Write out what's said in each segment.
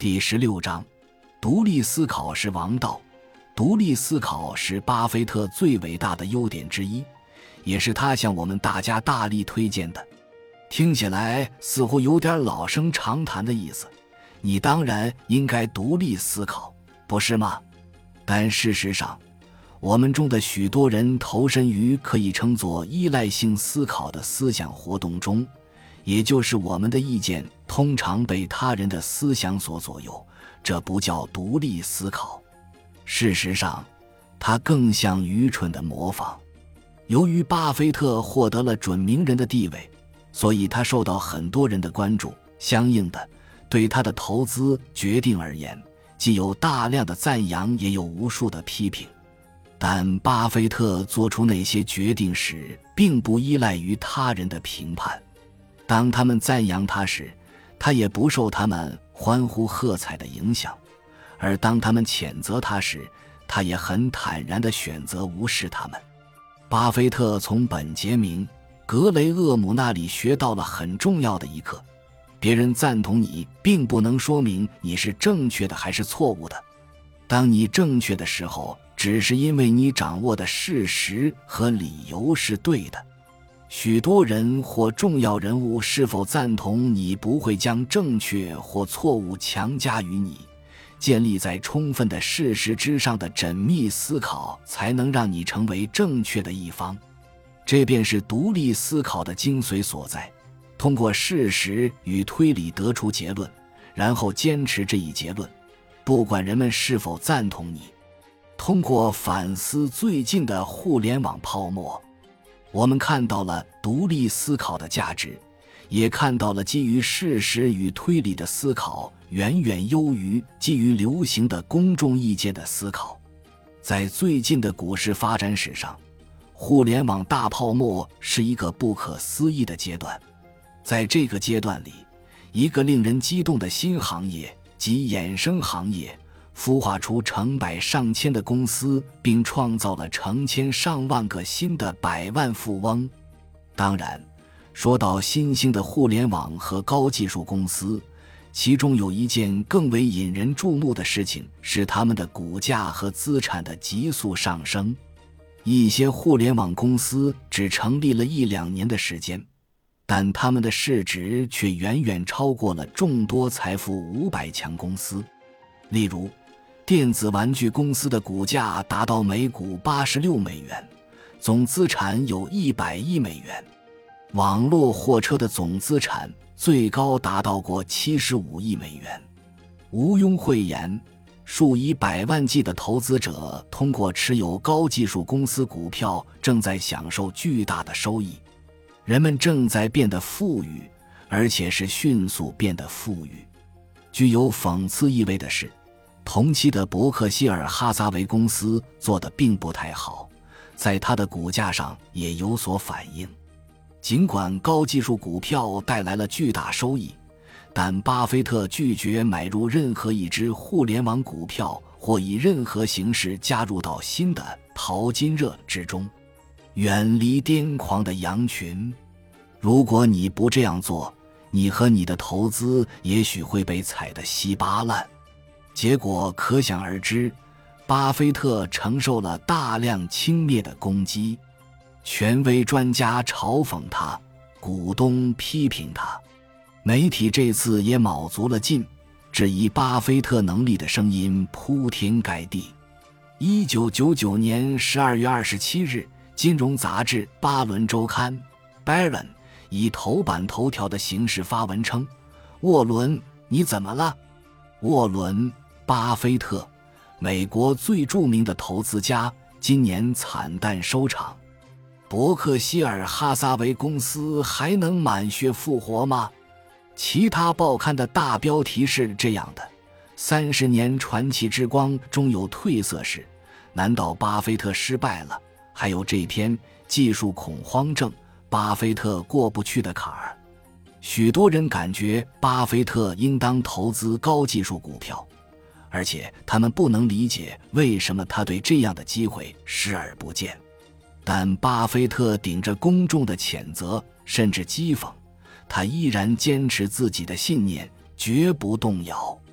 第16章，独立思考是王道。独立思考是巴菲特最伟大的优点之一，也是他向我们大家大力推荐的。听起来似乎有点老生常谈的意思，你当然应该独立思考，不是吗？但事实上，我们中的许多人投身于可以称作依赖性思考的思想活动中，也就是我们的意见通常被他人的思想所左右，这不叫独立思考。事实上，它更像愚蠢的模仿。由于巴菲特获得了准名人的地位，所以他受到很多人的关注，相应的，对他的投资决定而言，既有大量的赞扬，也有无数的批评。但巴菲特做出那些决定时，并不依赖于他人的评判。当他们赞扬他时，他也不受他们欢呼喝彩的影响，而当他们谴责他时，他也很坦然地选择无视他们。巴菲特从本杰明·格雷厄姆那里学到了很重要的一课：别人赞同你，并不能说明你是正确的还是错误的。当你正确的时候，只是因为你掌握的事实和理由是对的。许多人或重要人物是否赞同你，不会将正确或错误强加于你。建立在充分的事实之上的缜密思考，才能让你成为正确的一方。这便是独立思考的精髓所在。通过事实与推理得出结论，然后坚持这一结论，不管人们是否赞同你。通过反思最近的互联网泡沫，我们看到了独立思考的价值，也看到了基于事实与推理的思考远远优于基于流行的公众意见的思考。在最近的股市发展史上，互联网大泡沫是一个不可思议的阶段。在这个阶段里，一个令人激动的新行业及衍生行业孵化出成百上千的公司，并创造了成千上万个新的百万富翁。当然，说到新兴的互联网和高技术公司，其中有一件更为引人注目的事情，是他们的股价和资产的急速上升。一些互联网公司只成立了1-2年的时间，但他们的市值却远远超过了众多财富500强公司。例如，电子玩具公司的股价达到每股86美元，总资产有100亿美元。网络货车的总资产最高达到过75亿美元。毋庸讳言，数以百万计的投资者通过持有高技术公司股票正在享受巨大的收益。人们正在变得富裕，而且是迅速变得富裕。具有讽刺意味的是，同期的伯克希尔哈撒韦公司做得并不太好，在它的股价上也有所反映。尽管高技术股票带来了巨大收益，但巴菲特拒绝买入任何一只互联网股票，或以任何形式加入到新的淘金热之中。远离癫狂的羊群。如果你不这样做，你和你的投资也许会被踩得稀巴烂。结果可想而知，巴菲特承受了大量轻蔑的攻击。权威专家嘲讽他，股东批评他，媒体这次也卯足了劲，质疑巴菲特能力的声音铺天盖地。1999年12月27日，金融杂志《巴伦周刊》Barron 以头版头条的形式发文称：沃伦，你怎么了？沃伦·巴菲特，美国最著名的投资家，今年惨淡收场。伯克希尔哈撒韦公司还能满血复活吗？其他报刊的大标题是这样的：30年传奇之光终有褪色时，难道巴菲特失败了？还有这篇技术恐慌症，巴菲特过不去的坎儿。许多人感觉巴菲特应当投资高技术股票，而且他们不能理解为什么他对这样的机会视而不见。但巴菲特顶着公众的谴责甚至讥讽，他依然坚持自己的信念，绝不动摇。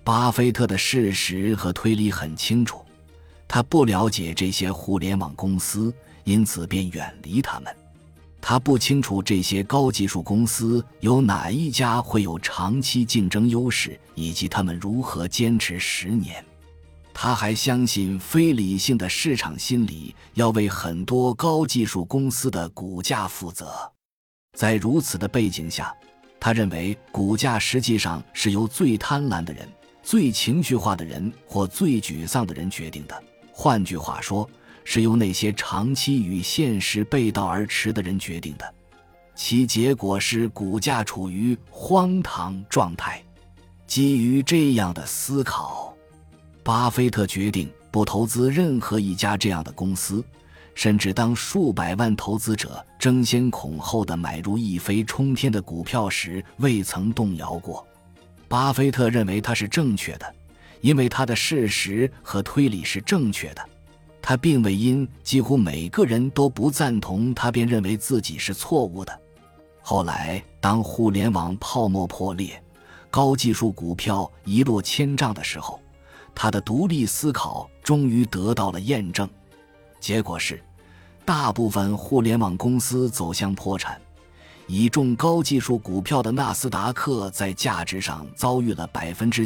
巴菲特的事实和推理很清楚，他不了解这些互联网公司，因此便远离他们。他不清楚这些高技术公司有哪一家会有长期竞争优势，以及他们如何坚持10年。他还相信非理性的市场心理要为很多高技术公司的股价负责。在如此的背景下，他认为股价实际上是由最贪婪的人、最情绪化的人或最沮丧的人决定的。换句话说，是由那些长期与现实背道而驰的人决定的。其结果是股价处于荒唐状态。基于这样的思考，巴菲特决定不投资任何一家这样的公司，甚至当数百万投资者争先恐后地买入一飞冲天的股票时，未曾动摇过。巴菲特认为他是正确的，因为他的事实和推理是正确的。他并未因几乎每个人都不赞同他便认为自己是错误的。后来当互联网泡沫破裂，高技术股票一落千丈的时候，他的独立思考终于得到了验证。结果是，大部分互联网公司走向破产，倚重高技术股票的纳斯达克在价值上遭遇了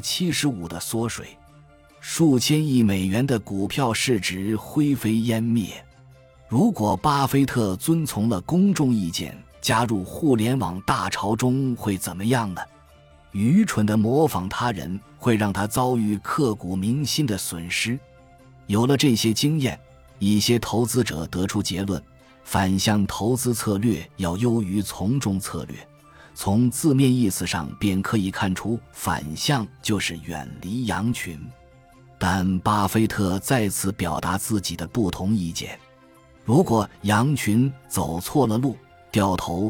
75% 的缩水，数千亿美元的股票市值灰飞烟灭。如果巴菲特遵从了公众意见，加入互联网大潮中会怎么样呢？愚蠢的模仿他人会让他遭遇刻骨铭心的损失。有了这些经验，一些投资者得出结论，反向投资策略要优于从众策略。从字面意思上便可以看出，反向就是远离羊群。但巴菲特再次表达自己的不同意见，如果羊群走错了路，掉头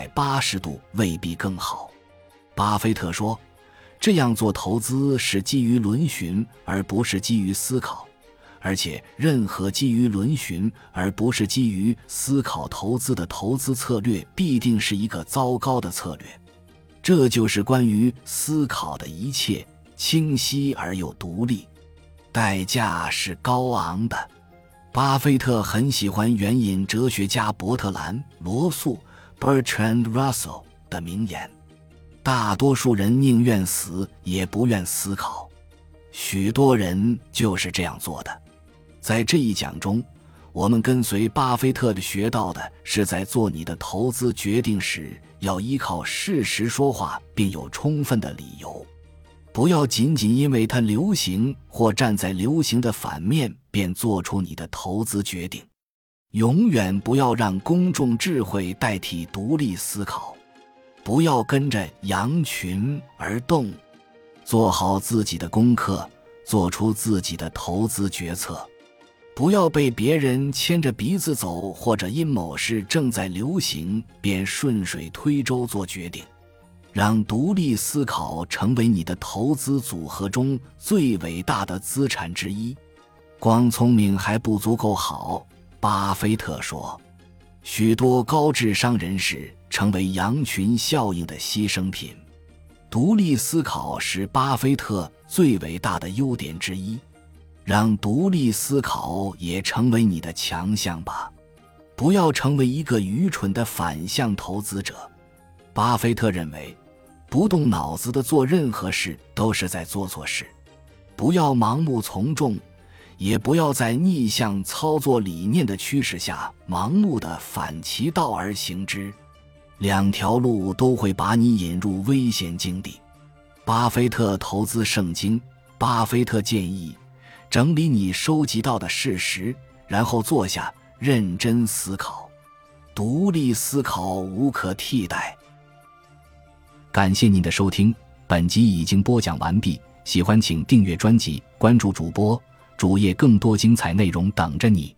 180度未必更好。巴菲特说，这样做投资是基于轮询而不是基于思考，而且任何基于轮询而不是基于思考投资的投资策略必定是一个糟糕的策略。这就是关于思考的一切，清晰而又独立，代价是高昂的。巴菲特很喜欢援引哲学家伯特兰·罗素 Bertrand Russell 的名言，大多数人宁愿死也不愿思考，许多人就是这样做的。在这一讲中，我们跟随巴菲特的学到的是，在做你的投资决定时，要依靠事实说话，并有充分的理由，不要仅仅因为它流行或站在流行的反面便做出你的投资决定。永远不要让公众智慧代替独立思考，不要跟着羊群而动，做好自己的功课，做出自己的投资决策。不要被别人牵着鼻子走，或者因某事正在流行便顺水推舟做决定。让独立思考成为你的投资组合中最伟大的资产之一。光聪明还不足够好，巴菲特说，许多高智商人士成为羊群效应的牺牲品。独立思考是巴菲特最伟大的优点之一，让独立思考也成为你的强项吧。不要成为一个愚蠢的反向投资者。巴菲特认为，不动脑子的做任何事都是在做错事。不要盲目从众，也不要在逆向操作理念的驱使下盲目的反其道而行之。两条路都会把你引入危险境地。巴菲特投资圣经，巴菲特建议整理你收集到的事实，然后坐下认真思考。独立思考无可替代。感谢您的收听，本集已经播讲完毕，喜欢请订阅专辑，关注主播，主页更多精彩内容等着你。